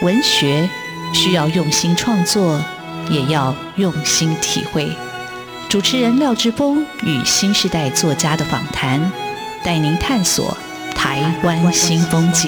文学需要用心创作，也要用心体会。主持人廖志峰与新时代作家的访谈，带您探索台湾新风景。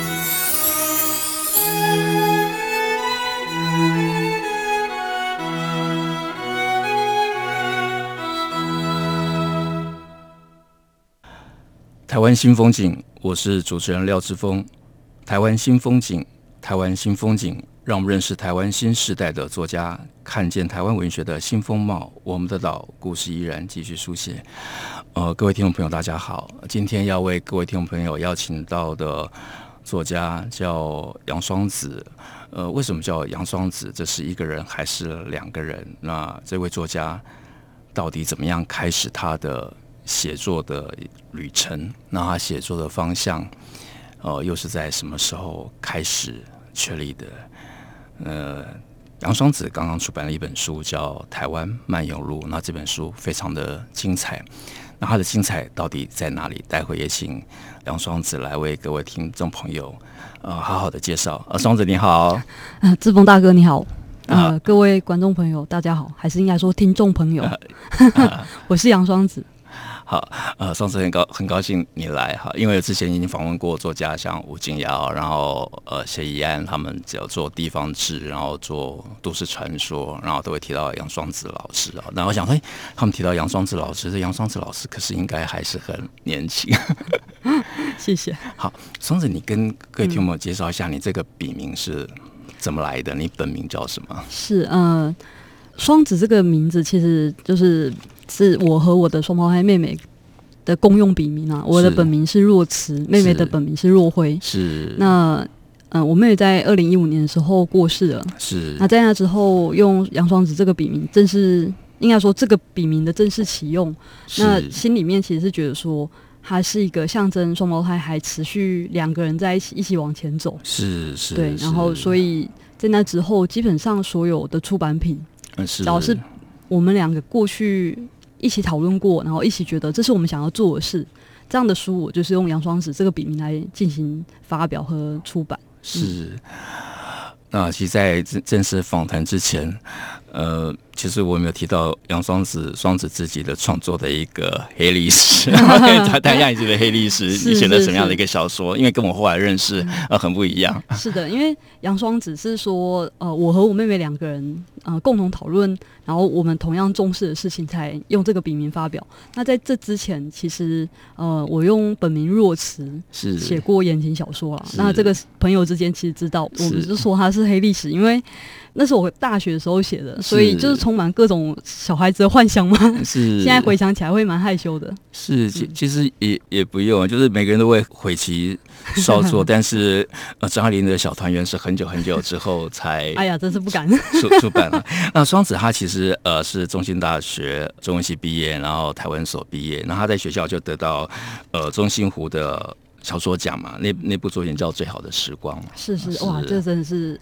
台湾新风景，我是主持人廖志峰。台湾新风景，台湾新风景，让我们认识台湾新时代的作家，看见台湾文学的新风貌。我们的岛故事依然继续书写。各位听众朋友，大家好。今天要为各位听众朋友邀请到的作家叫杨双子。为什么叫杨双子？这是一个人还是两个人？那这位作家到底怎么样开始他的写作的旅程？那他写作的方向，又是在什么时候开始确立的？杨双子刚刚出版了一本书，叫《台湾漫游录》。那这本书非常的精彩。那他的精彩到底在哪里？待会也请杨双子来为各位听众朋友，好好的介绍。双子你好。 志峰大哥你好。各位观众朋友大家好，还是应该说听众朋友。我是杨双子。 好，双子很高兴你来哈，因为之前已经访问过作家像吴敬尧，然后谢宜安他们只要做地方志，然后做都市传说，然后都会提到杨双子老师啊。然后我想说，他们提到杨双子老师，这杨双子老师可是应该还是很年轻。 谢谢。 好，双子，你跟各位听众介绍一下，你这个笔名是怎么来的？你本名叫什么？ 是双子这个名字其实是我和我的双胞胎妹妹的公用笔名啊。我的本名是若慈，妹妹的本名是若辉。 是。 那我妹妹在2015年的时候过世了。 是。 那在那之后，用杨双子这个笔名，正式应该说这个笔名的正式启用。那心里面其实是觉得说，它是一个象征双胞胎还持续两个人在一起往前走。 是。 对，然后所以在那之后，基本上所有的出版品，只要是我们两个过去一起讨论过，然后一起觉得这是我们想要做的事，这样的书我就是用杨双子这个笔名来进行发表和出版。 是。那其实在正式访谈之前，其实我有没有提到杨双子自己的创作的一个黑历史？他谈一下你自己的黑历史，你写了什么样的一个小说？因为跟我后来认识很不一样。 是的，因为杨双子是说，我和我妹妹两个人共同讨论，然后我们同样重视的事情，才用这个笔名发表。那在这之前，其实我用本名若慈写过言情小说啦。那这个朋友之间其实知道，我们就说他是黑历史，因为那是我大学的时候写的，所以就是充满各种小孩子的幻想嘛。是，现在回想起来会蛮害羞的。是， 其实也不用，就是每个人都会悔其少作，但是张爱玲的小团圆是很久很久之后才， 哎呀，真是不敢出版了。那双子他其实是中兴大学中文系毕业，然后台湾所毕业，然后他在学校就得到中兴湖的小说奖嘛，那部作品叫《最好的时光》。 是哇，这真的是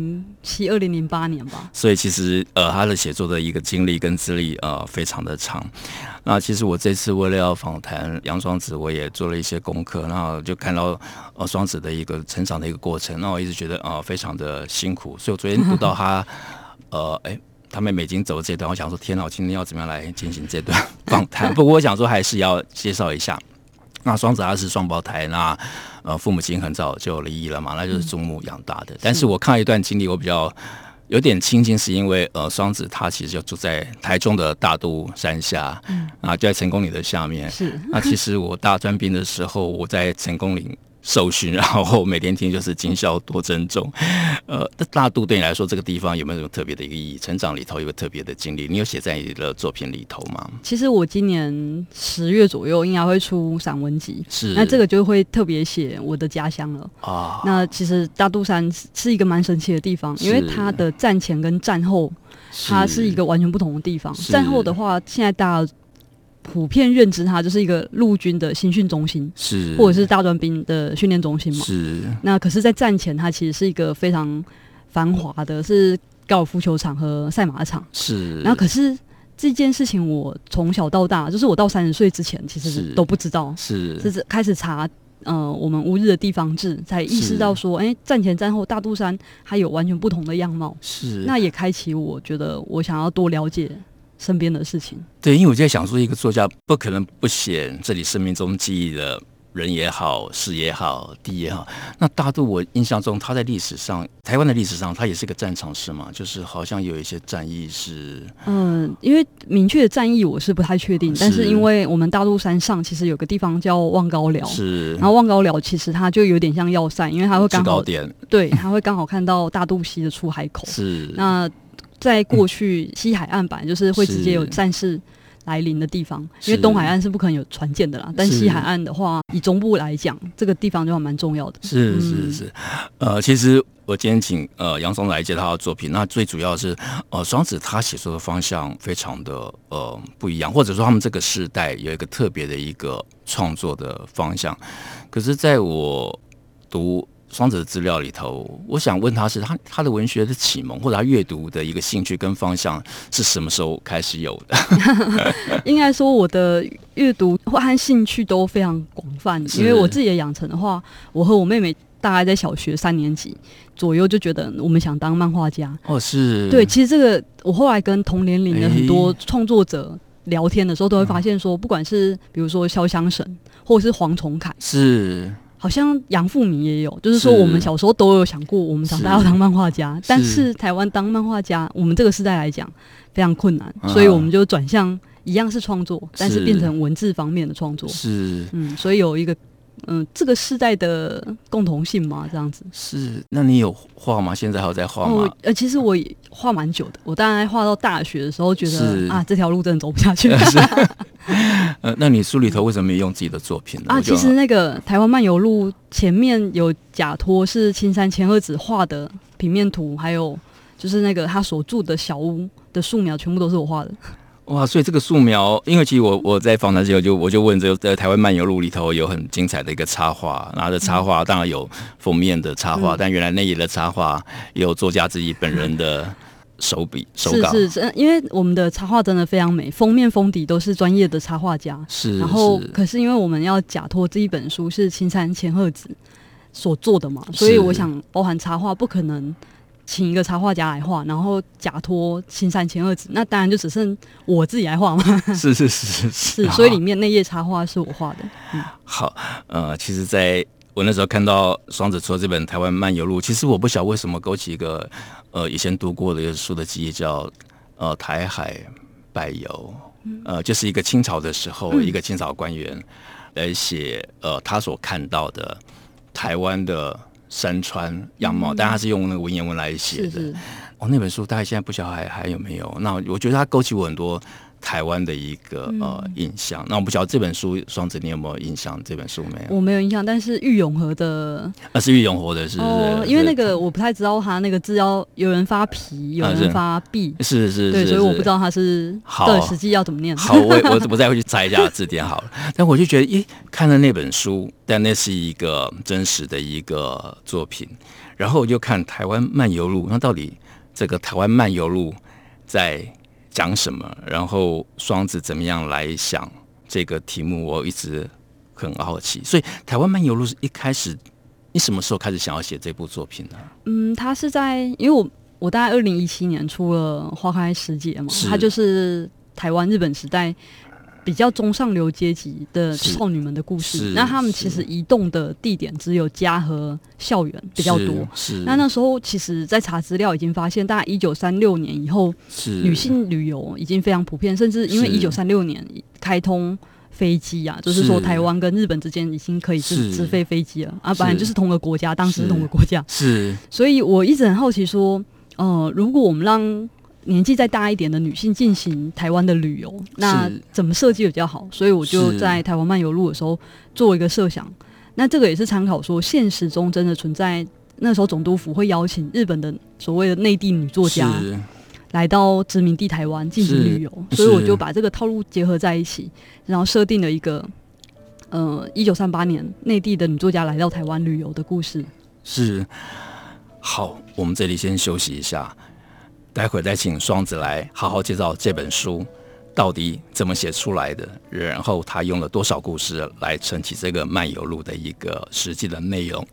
2007、2008年吧。 所以其实他的写作的一个经历跟资历非常的长。那其实我这次为了要访谈杨双子，我也做了一些功课，然后就看到双子的一个成长的一个过程，那我一直觉得非常的辛苦。所以我昨天读到他他妹妹已经走了这段，我想说天哪，我今天要怎么样来进行这段访谈？不过我想说还是要介绍一下。那双子他是双胞胎，那父母亲很早就离异了嘛，那就是祖母养大的。但是我看了一段经历，我比较有点亲近，是因为双子他其实就住在台中的大肚山下，就在成功岭的下面。是。那其实我大专兵的时候，我在成功岭受训，然后每天听就是今宵多珍重。大肚对你来说这个地方有没有什么特别的一个意义？成长里头有个特别的经历，你有写在你的作品里头吗？ 其实我今年10月左右应该会出散文集，是。那这个就会特别写我的家乡了啊。那其实大肚山是一个蛮神奇的地方，因为它的战前跟战后，它是一个完全不同的地方。战后的话，现在大家普遍认知它就是一个陆军的新训中心，是，或者是大专兵的训练中心嘛。是。那可是，在战前，它其实是一个非常繁华的，是高尔夫球场和赛马场。是。然后，可是这件事情，我从小到大，就是我到30岁之前，其实都不知道。是。开始查我们乌日的地方志，才意识到说，战前战后大肚山还有完全不同的样貌。 是， 那也开启我觉得我想要多了解身边的事情。 对，因为我在想说，一个作家不可能不写这里生命中记忆的人也好，事也好，地也好。那大肚，我印象中他在历史上，台湾的历史上，他也是个战场士嘛，就是好像有一些战役是， 因为明确的战役我是不太确定，但是因为我们大肚山上其实有个地方叫望高寮， 是， 然后望高寮其实它就有点像要塞，因为它会刚好对，它会刚好看到大肚溪的出海口。 是， 那在过去西海岸版就是会直接有战事来临的地方，因为东海岸是不可能有船舰的啦，但西海岸的话，以中部来讲，这个地方就还蛮重要的。 是，其实我今天请杨松来介绍他的作品，那最主要是双子他写作的方向非常的不一样，或者说他们这个时代有一个特别的一个创作的方向。可是在我读双子的资料里头，我想问他是他的文学的启蒙或者他阅读的一个兴趣跟方向是什么时候开始有的？ 应该说我的阅读和兴趣都非常广泛，因为我自己的养成的话，我和我妹妹大概在小学3年级左右就觉得我们想当漫画家。 是， 对，其实这个我后来跟同年龄的很多创作者聊天的时候，都会发现说，不管是比如说潇湘神或者是黄崇凯， 是。 好像杨富明也有，就是说我们小时候都有想过，我们长大要当漫画家，但是台湾当漫画家，我们这个时代来讲非常困难，所以我们就转向一样是创作，但是变成文字方面的创作。 是， 所以有一个这个世代的共同性嘛，这样子。 是，那你有画吗？现在还有在画吗？ 其实我也画蛮久的，我大概画到大学的时候，觉得这条路真的走不下去。 那你书里头为什么没用自己的作品呢？ 其实那个台湾漫游录前面有假托是青山千鹤子画的平面图，还有就是那个他所住的小屋的素描，全部都是我画的。 哇，所以这个素描，因为其实我在访谈之后我就问，这在台湾漫游录里头有很精彩的一个插画，然后这插画当然有封面的插画，但原来那页的插画也有作家自己本人的手稿。 是，因为我们的插画真的非常美，封面封底都是专业的插画家。 是， 然后可是因为我们要假托这一本书是青山千鹤子所做的嘛，所以我想包含插画不可能请一个插画家来画，然后假托青山千鹤子，那当然就只剩我自己来画嘛。是，所以里面那页插画是我画的。 好，其实在我那时候看到双子出了这本《台湾漫游录》，其实我不晓得为什么勾起一个以前读过的一个书的记忆，叫台海拜游。就是一个清朝的时候，一个清朝官员来写他所看到的台湾的山川样貌，但他是用那个文言文来写的。那本书大概现在不晓得还有没有。那我觉得它勾起我很多台湾的一个印象。那我不晓得这本书，双子你有没有印象？这本书没有， 我没有印象。但是郁永和的， 是郁永和的，是不是？ 因为那个我不太知道他那个字要有人发皮，有人发币， 是， 对，所以我不知道他是对实际要怎么念。 好，我再回去查一下字典好了。但我就觉得，看了那本书，但那是一个真实的一个作品。然后我就看《台湾漫游录》，那到底这个《台湾漫游录》在讲什么？然后双子怎么样来想这个题目？我一直很好奇。所以《台湾漫游录》是一开始，你什么时候开始想要写这部作品呢？ 它是在因为我大概2017年出了《花开时节》嘛，它就是台湾日本时代比较中上流阶级的少女们的故事。那他们其实移动的地点只有家和校园比较多。那时候其实在查资料已经发现，大概1936年以后，女性旅游已经非常普遍，甚至因为1936年开通飞机啊，就是说台湾跟日本之间已经可以直飞飞机了啊，本来就是同个国家，当时是同个国家。所以我一直很好奇说，如果我们让年纪再大一点的女性进行台湾的旅游，那怎么设计比较好？所以我就在台湾漫游录的时候做一个设想。那这个也是参考说，现实中真的存在，那时候总督府会邀请日本的所谓的内地女作家来到殖民地台湾进行旅游，所以我就把这个套路结合在一起，然后设定了一个1938年内地的女作家来到台湾旅游的故事。 好，我们这里先休息一下，待会儿再请双子来好好介绍这本书《 到底怎么写出来的，然后他用了多少故事来撑起这个漫游录的一个实际的内容。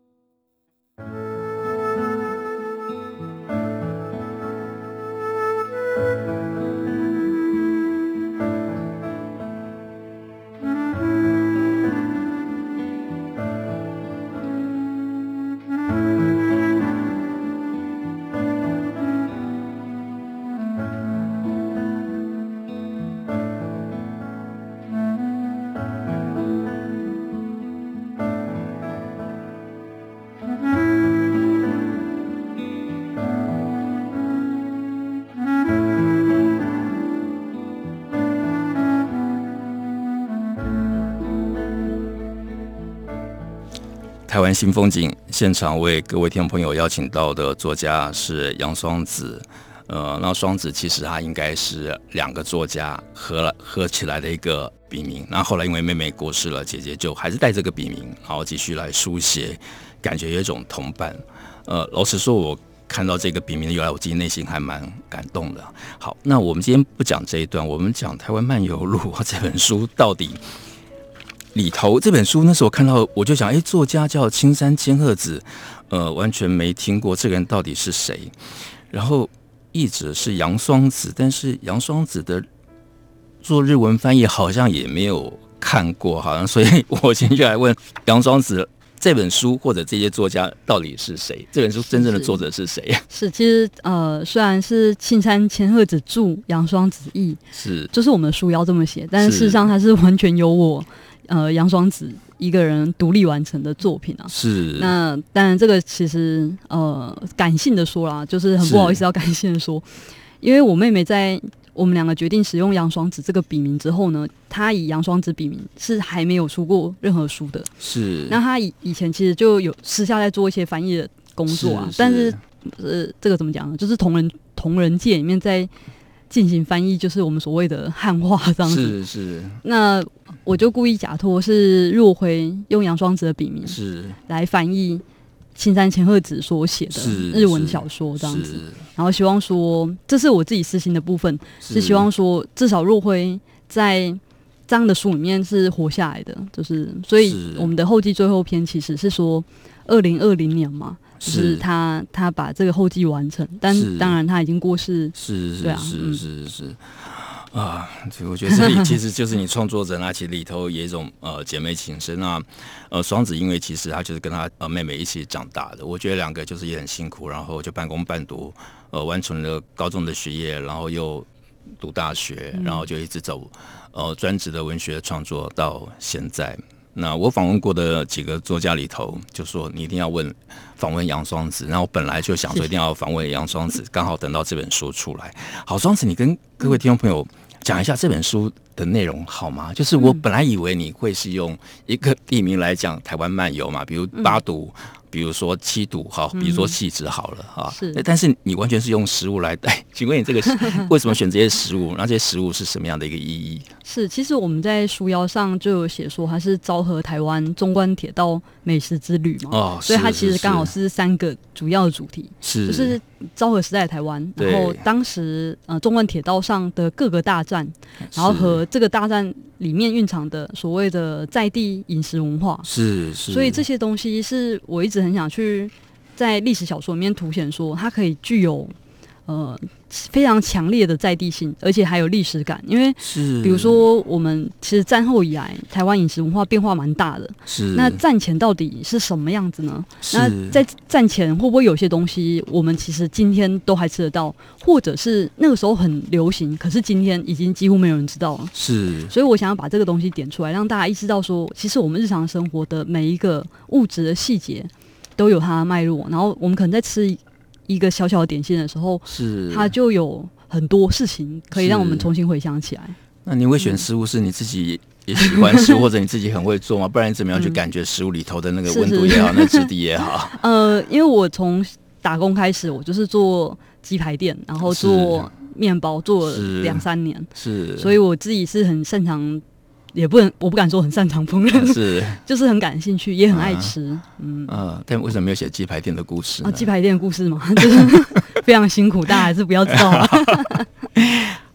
台湾新风景现场为各位听众朋友邀请到的作家是杨双子，那双子其实他应该是2个作家合起来的一个笔名，那后来因为妹妹过世了，姐姐就还是带这个笔名，然后继续来书写，感觉有一种同伴。老实说，我看到这个笔名的由来，我自己内心还蛮感动的。好，那我们今天不讲这一段，我们讲《台湾漫游录》这本书到底。里头这本书那时候我看到，我就想，作家叫青山千鹤子，完全没听过这个人到底是谁。然后译者是杨双子，但是杨双子的做日文翻译好像也没有看过，好像，所以我先就来问杨双子，这本书或者这些作家到底是谁？这本书真正的作者是谁？ 是，其实虽然是青山千鹤子著，杨双子译， 是， 就是我们的书要这么写，但是事实上它是完全由我。杨双子一个人独立完成的作品啊， 是。 那当然，这个其实感性的说啦，就是很不好意思要感性的说，因为我妹妹在我们2个决定使用杨双子这个笔名之后呢，她以杨双子笔名是还没有出过任何书的， 是。 那她以前其实就有私下在做一些翻译的工作啊，但是这个怎么讲呢？就是同人界里面在进行翻译，就是我们所谓的汉化这样子。 是。 那我就故意假托是若辉用杨双子的笔名是来翻译青山千鹤子所写的日文小说这样子，然后希望说这是我自己私心的部分，是希望说至少若辉在这样的书里面是活下来的，就是所以我们的后记最后篇其实是说2020年嘛，就是他把这个后记完成，但当然他已经过世，对啊， 是啊，我觉得这里其实就是你创作者那其实里头有一种姐妹情深啊。双子因为其实她就是跟她妹妹一起长大的，我觉得2个就是也很辛苦，然后就半工半读，完成了高中的学业，然后又读大学，然后就一直走专职的文学创作到现在。那我访问过的几个作家里头，就说你一定要访问杨双子，然后我本来就想说一定要访问杨双子，刚好等到这本书出来。好，双子，你跟各位听众朋友讲一下这本书的内容好吗？就是我本来以为你会是用一个地名来讲台湾漫游嘛，比如八堵，比如说七堵，好，比如说汐止好了啊。但是你完全是用食物来带，请问你这个为什么选这些食物？那这些食物是什么样的一个意义？ 是，其实我们在书腰上就有写说它是昭和台湾纵贯铁道美食之旅嘛，所以它其实刚好是3个主要的主题，就是昭和时代的台湾，然后当时纵贯铁道上的各个大站，然后和这个大站里面蕴藏的所谓的在地饮食文化，所以这些东西是我一直很想去在历史小说里面凸显说它可以具有非常强烈的在地性，而且还有历史感。因为比如说我们其实战后以来台湾饮食文化变化蛮大的，那战前到底是什么样子呢？那在战前会不会有些东西我们其实今天都还吃得到，或者是那个时候很流行，可是今天已经几乎没有人知道了。所以我想要把这个东西点出来，让大家意识到说其实我们日常生活的每一个物质的细节都有它的脉络，然后我们可能在吃一个小小的点心的时候，它就有很多事情可以让我们重新回想起来。 那你会选食物是你自己也喜欢吃，或者你自己很会做吗？不然你怎么样去感觉食物里头的那个温度也好，那质地也好？ 因为我从打工开始，我就是做鸡排店，然后做面包，做了2-3年，所以我自己是很擅长。我不敢说很擅长烹饪，就是很感兴趣，也很爱吃。 但为什么没有写鸡排店的故事呢？ 鸡排店的故事嘛，就是非常辛苦，大家还是不要知道了。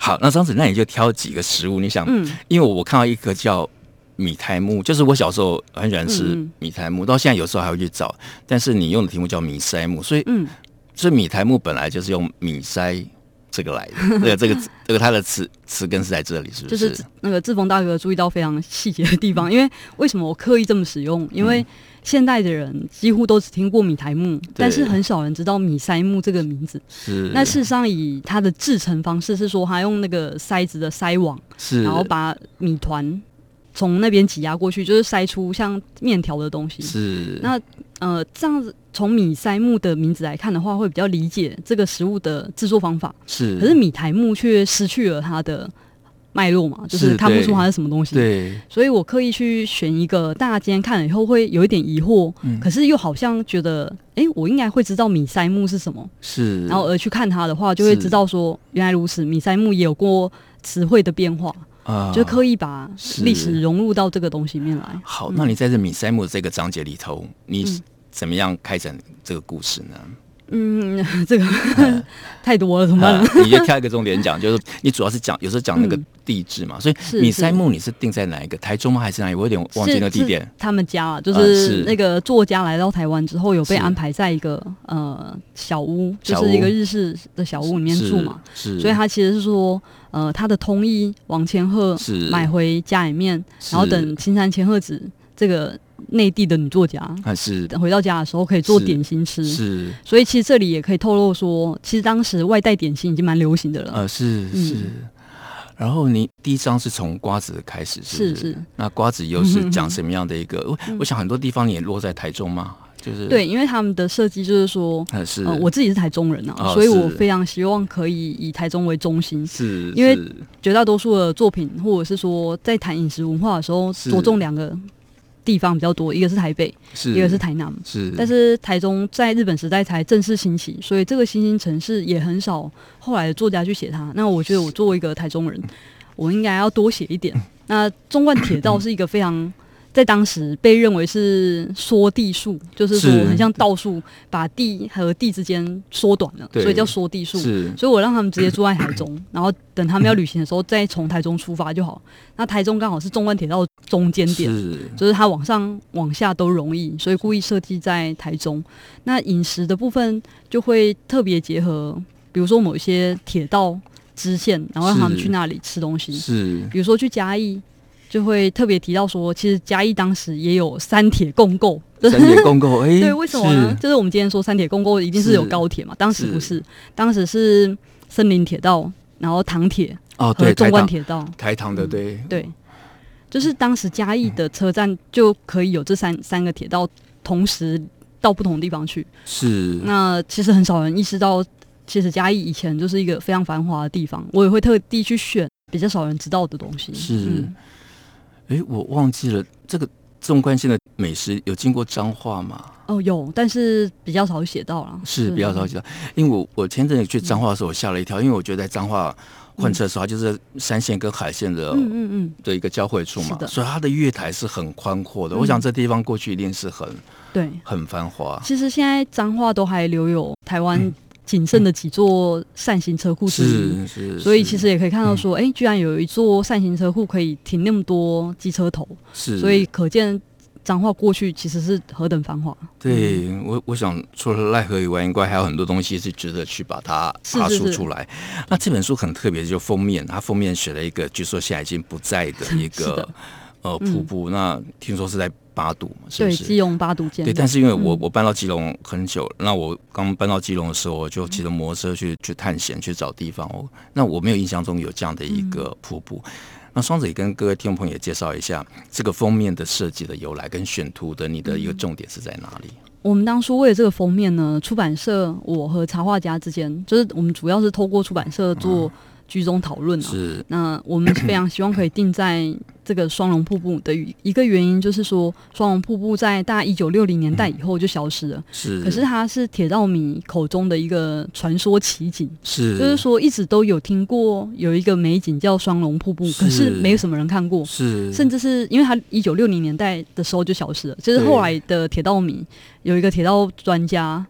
好，那张子，那你就挑几个食物，你想，因为我看到一个叫米苔目，就是我小时候很喜欢吃米苔目，到现在有时候还会去找，但是你用的题目叫米筛目，所以米苔目本来就是用米筛这个来的，这个它的词根是在这里，是不是？ 就是那个志峰大哥注意到非常细节的地方，因为为什么我刻意这么使用？因为现代的人几乎都只听过米苔目，但是很少人知道米筛目这个名字。是。那事实上，以它的制成方式是说，它用那个筛子的筛网，然后把米团从那边挤压过去，就是筛出像面条的东西。是。那这样子从米筛目的名字来看的话，会比较理解这个食物的制作方法。是。可是米苔目却失去了它的脉络嘛，就是看不出它是什么东西。对。所以我刻意去选一个大家今天看了以后会有一点疑惑，可是又好像觉得，我应该会知道米筛目是什么。是。然后而去看它的话，就会知道说原来如此，米筛目也有过词汇的变化。就刻意把历史融入到这个东西里面来。 好，那你在这米筛目这个章节里头，你怎么样开展这个故事呢？ 这个太多了，怎么办？ 你就挑一个重点讲，就是你主要是讲，有时候讲那个地质嘛，所以米筛目你是定在哪一个？台中吗？还是哪里？我有点忘记那个地点。 他们家啊，就是那个作家来到台湾之后，有被安排在一个小屋，就是一个日式的小屋里面住嘛。是，所以他其实是说，他的通译王千鹤买回家里面，然后等青山千鹤子这个内地的女作家是回到家的时候可以做点心吃，是，所以其实这里也可以透露说，其实当时外带点心已经蛮流行的了。是。 然后你第一章是从瓜子开始，是。那瓜子又是讲什么样的一个？我想很多地方你也落在台中嘛，就是对，因为他们的设计就是说，我自己是台中人啊，所以我非常希望可以以台中为中心，是因为绝大多数的作品或者是说在谈饮食文化的时候，着重两个地方比较多，一个是台北，一个是台南。是，但是台中在日本时代才正式兴起，所以这个新兴城市也很少后来的作家去写它。那我觉得我作为一个台中人，我应该要多写一点。那纵贯铁道是一个非常在当时被认为是缩地术，就是说很像道术，把地和地之间缩短了，所以叫缩地术。所以我让他们直接住在台中，然后等他们要旅行的时候再从台中出发就好。那台中刚好是纵贯铁道中间点，就是它往上往下都容易，所以故意设计在台中。那饮食的部分就会特别结合，比如说某一些铁道支线，然后让他们去那里吃东西。是，比如说去嘉义。就会特别提到说，其实嘉义当时也有三铁共构。 三铁共构， 对，为什么呢？就是我们今天说三铁共构一定是有高铁嘛，当时不是，当时是森林铁道，然后糖铁和纵贯铁道， 台糖的，对， 就是当时嘉义的车站就可以有这三个铁道同时到不同的地方去。是，那其实很少人意识到，其实嘉义以前就是一个非常繁华的地方，我也会特地去选比较少人知道的东西。是。 我忘记了这个纵贯线的美食有经过彰化吗？ 有，但是比较少写到啦。 是比较少写到，因为我前阵子去彰化的时候，我吓了一跳，因为我觉得在彰化换车的时候，它就是山线跟海线的的一个交汇处嘛，所以它的月台是很宽阔的。我想这地方过去一定是很繁华。其实现在彰化都还留有台湾仅剩的几座扇形车库之一，所以其实也可以看到说，居然有一座扇形车库可以停那么多机车头，所以可见彰化过去其实是何等繁华。 对，我想除了赖河以外，应该还有很多东西是值得去把它爬梳出来。那这本书很特别，就封面，它封面写了一个据说现在已经不在的一个瀑布，那听说是在八堵嘛，是不是？ 对，基隆八堵见。 对，但是因为我搬到基隆很久，那我刚搬到基隆的时候，我就骑着摩托车去探险，去找地方。那我没有印象中有这样的一个瀑布。那双子也跟各位听众朋友也介绍一下这个封面的设计的由来跟选图的你的一个重点是在哪里？ 我们当初为了这个封面呢，出版社我和插画家之间，就是我们主要是透过出版社做居中讨论是。那我们非常希望可以定在这个双龙瀑布的一个原因，就是说双龙瀑布在大概1960年代以后就消失了。是，可是它是铁道迷口中的一个传说奇景。是，就是说一直都有听过有一个美景叫双龙瀑布，可是没有什么人看过。是，甚至是因为它1960年代的时候就消失了，就是后来的铁道迷有一个铁道专家。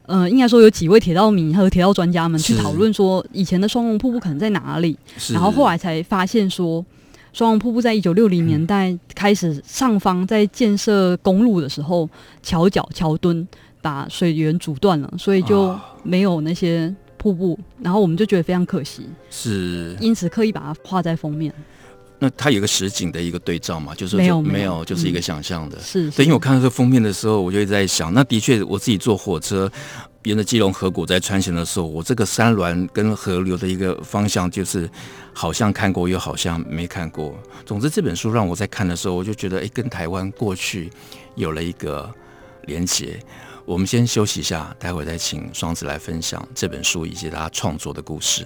应该说有几位铁道迷和铁道专家们去讨论说，以前的双龙瀑布可能在哪里，然后后来才发现说，双龙瀑布在1960年代开始上方在建设公路的时候，桥脚桥墩把水源阻断了，所以就没有那些瀑布，然后我们就觉得非常可惜， 是因此刻意把它画在封面。 那它有一个实景的一个对照嘛？就是没有，就是一个想象的。 是， 对，因为我看到这个封面的时候，我就一直在想，那的确我自己坐火车沿着基隆河谷在穿行的时候，我这个山峦跟河流的一个方向，就是好像看过，又好像没看过。总之，这本书让我在看的时候，我就觉得，跟台湾过去有了一个连结。我们先休息一下，待会再请双子来分享这本书以及他创作的故事。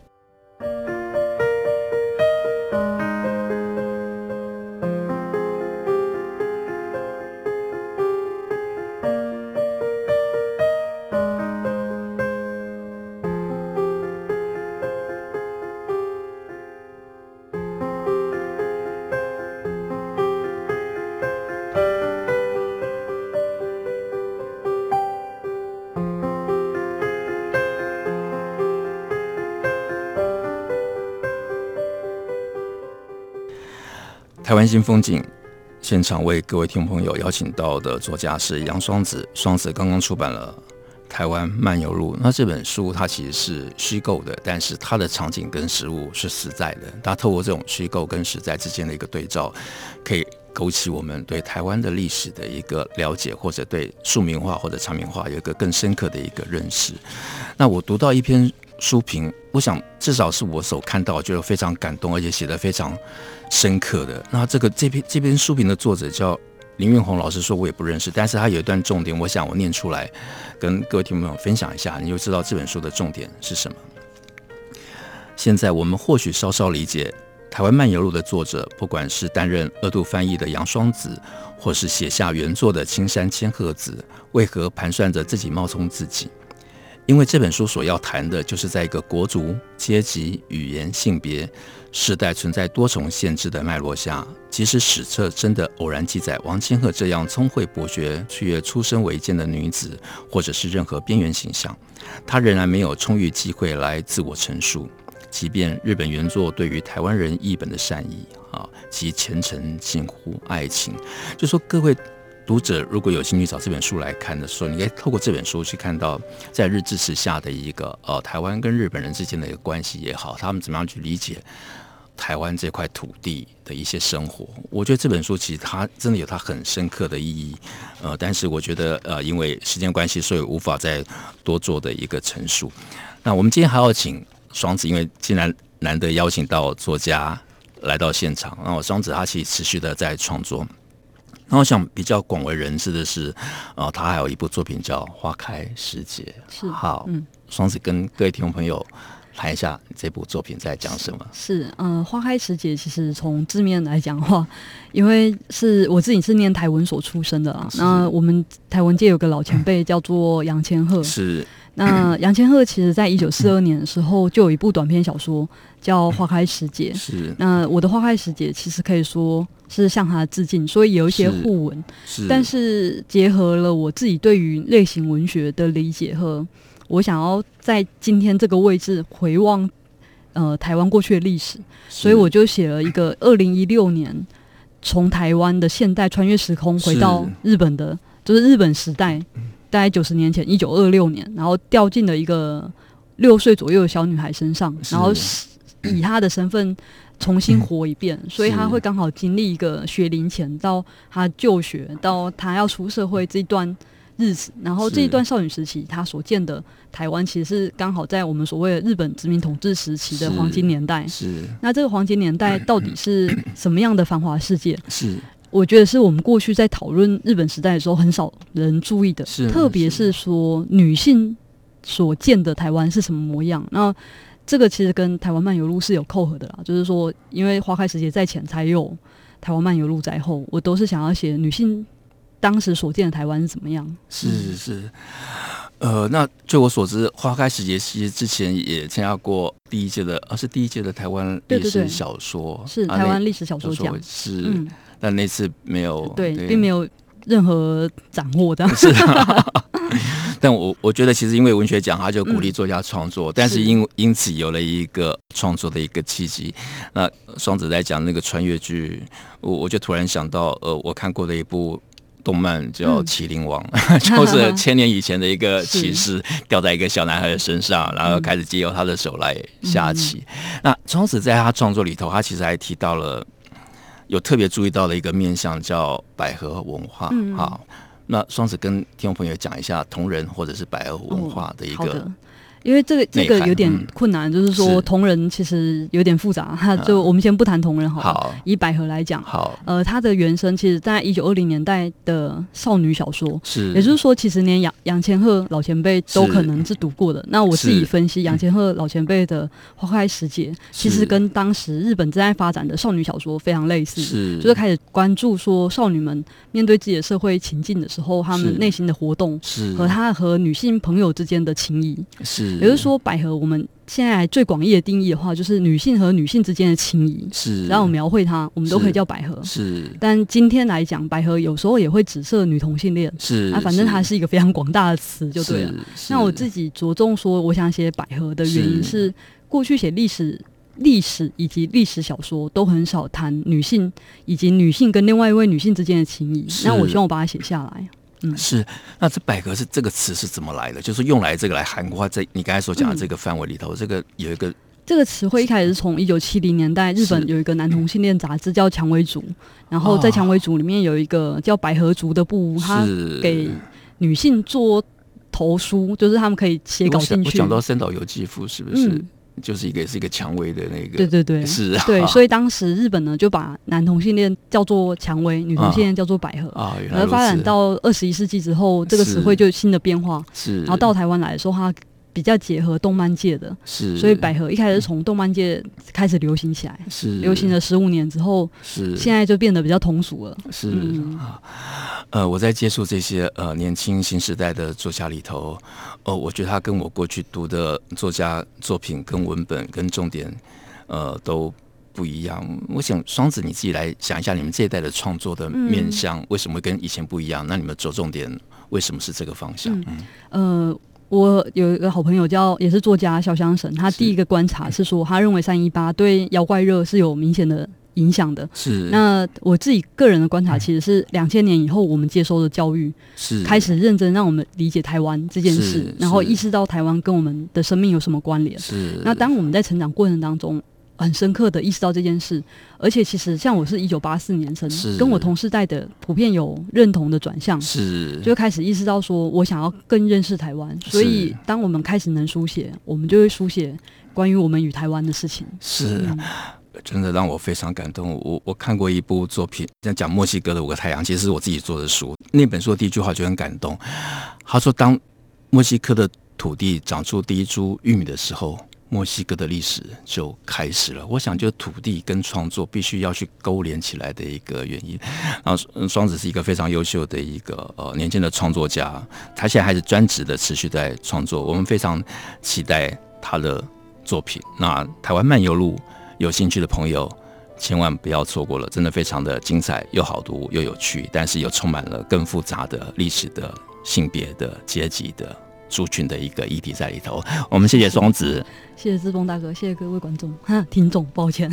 台湾新风景现场为各位听众朋友邀请到的作家是杨双子，双子刚刚出版了《台湾漫游录》。那这本书它其实是虚构的，但是它的场景跟实物是实在的。它透过这种虚构跟实在之间的一个对照，可以勾起我们对台湾的历史的一个了解，或者对庶民化或者常民化有一个更深刻的一个认识。那我读到一篇书评，我想至少是我所看到觉得非常感动，而且写得非常深刻的。那这篇书评的作者叫林运宏老师，说我也不认识，但是他有一段重点，我想我念出来跟各位听众朋友分享一下，你就知道这本书的重点是什么。现在我们或许稍稍理解台湾漫游录的作者，不管是担任二度翻译的杨双子，或是写下原作的青山千鹤子，为何盘算着自己冒充自己。因为这本书所要谈的就是在一个国族、阶级、语言、性别、世代存在多重限制的脉络下，即使史册真的偶然记载王千鹤这样聪慧博学却也出身维艰的女子，或者是任何边缘形象，她仍然没有充裕机会来自我陈述。即便日本原作对于台湾人译本的善意及虔诚近乎爱情，就说各位读者如果有兴趣找这本书来看的时候，你可以透过这本书去看到在日治时下的一个台湾跟日本人之间的一个关系也好，他们怎么样去理解台湾这块土地的一些生活。我觉得这本书其实它真的有它很深刻的意义，但是我觉得因为时间关系，所以无法再多做的一个陈述。那我们今天还要请双子，因为既然难得邀请到作家来到现场，然后双子他其实持续的在创作。那我想比较广为人知的是，他还有一部作品叫《花开时节》。 是， 好，双子跟各位听众朋友谈一下这部作品在讲什么。 是，花开时节其实从字面来讲的话，因为是我自己是念台文所出身的啊，那我们台文界有个老前辈叫做杨千鹤， 是。 那杨千鹤其实在1942年的时候就有一部短篇小说叫《花开时节》， 是。那我的《花开时节》其实可以说是向他致敬，所以有一些互文，但是结合了我自己对于类型文学的理解和我想要在今天这个位置回望台湾过去的历史，所以我就写了一个2016年从台湾的现代穿越时空回到日本的，就是日本时代。大概90年前1926年，然后掉进了一个6岁左右的小女孩身上，然后以她的身份重新活一遍，所以她会刚好经历一个学龄前到她就学到她要出社会这一段日子，然后这一段少女时期她所见的台湾其实是刚好在我们所谓的日本殖民统治时期的黄金年代。 是， 那这个黄金年代到底是什么样的繁华世界？ 是。 我觉得是我们过去在讨论日本时代的时候很少人注意的，特别是说女性所见的台湾是什么模样。那这个其实跟台湾漫游录是有扣合的啦，就是说因为花开时节在前才有台湾漫游录在后，我都是想要写女性当时所见的台湾是怎么样。 是。那据我所知，花开时节其实之前也参加过第一届的台湾历史小说， 对，是台湾历史小说奖， 是。但那次没有， 对，并没有任何斩获的。 是啊， 但我觉得其实因为文学奖，他就鼓励作家创作，但是因此有了一个创作的一个契机。那双子在讲那个穿越剧，我就突然想到，我看过的一部动漫叫《麒麟王》，就是1000年以前的一个骑士掉在一个小男孩的身上，然后开始借由他的手来下棋。那双子在他创作里头，他其实还提到了有特别注意到的一个面向，叫百合文化。好，那双子跟听众朋友讲一下同人或者是百合文化的一个。 因为这个有点困难，就是说同人其实有点复杂，就我们先不谈同人好了。以百合来讲，它的原生其实在1920年代的少女小说，也就是说，其实连杨千鹤老前辈都可能是读过的。那我自己分析，杨千鹤老前辈的《花开时节》其实跟当时日本正在发展的少女小说非常类似，就是开始关注说少女们面对自己的社会情境的时候，她们内心的活动和她和女性朋友之间的情谊。也就是说，百合我们现在最广义的定义的话，就是女性和女性之间的情谊，然后描绘它，我们都可以叫百合。但今天来讲，百合有时候也会指涉女同性恋，反正它是一个非常广大的词，就对了。那我自己着重说，我想写百合的原因是，过去写历史以及历史小说都很少谈女性以及女性跟另外一位女性之间的情谊，那我希望我把它写下来。 是，那这百合是这个词是怎么来的？就是用来这个来涵盖在你刚才所讲的这个范围里头，这个有一个这个词汇一开始是从1970年代日本有一个男同性恋杂志叫《蔷薇族》，然后在《蔷薇族》里面有一个叫百合族的部，他给女性做投书，就是他们可以写稿进去。 我讲到深岛由纪夫是不是？就是也是一个蔷薇的那个， 对， 是啊， 对，所以当时日本呢就把男同性恋叫做蔷薇，女同性恋叫做百合，而发展到21世纪之后，这个词汇就有新的变化，然后到台湾来的时候，它比较结合动漫界的，所以百合一开始从动漫界开始流行起来，流行了15年之后，现在就变得比较通俗了。 我在接触这些年轻新时代的作家里头，我觉得他跟我过去读的作家作品跟文本跟重点都不一样。我想双子你自己来想一下，你们这一代的创作的面向为什么会跟以前不一样？那你们着重点为什么是这个方向？ 我有一个好朋友也是作家小香神，他第一个观察是说，他认为318对妖怪热是有明显的影响的。那我自己个人的观察其实是2000年以后我们接收的教育开始认真让我们理解台湾这件事，然后意识到台湾跟我们的生命有什么关联。那当我们在成长过程当中很深刻的意识到这件事，而且其实像我是1984年生，跟我同世代的普遍有认同的转向，就开始意识到说我想要更认识台湾，所以当我们开始能书写，我们就会书写关于我们与台湾的事情。 真的让我非常感动。我看过一部作品，讲墨西哥的5个太阳，其实是我自己做的书。那本书的第一句话就很感动，他说当墨西哥的土地长出第一株玉米的时候，墨西哥的历史就开始了。我想，就土地跟创作必须要去勾连起来的一个原因。然后，双子是一个非常优秀的一个年轻的创作家，他现在还是专职的持续在创作。我们非常期待他的作品。那台湾漫游录有兴趣的朋友，千万不要错过了，真的非常的精彩，又好读又有趣，但是又充满了更复杂的历史的、性别的、阶级的、族群的一个议题在里头。我们谢谢双子， 谢谢志峰大哥，谢谢各位观众、听众，抱歉。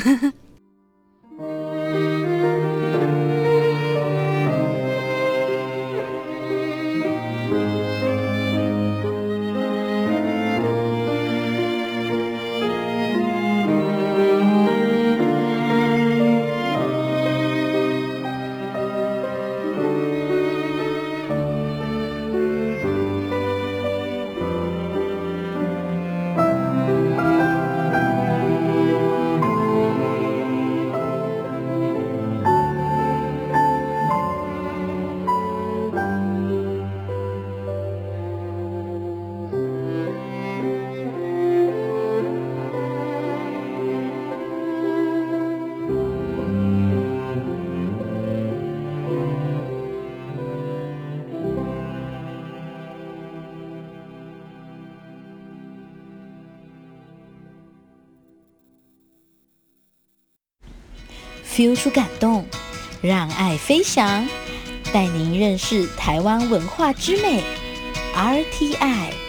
feel 出感动，让爱飞翔，带您认识台湾文化之美。 RTI。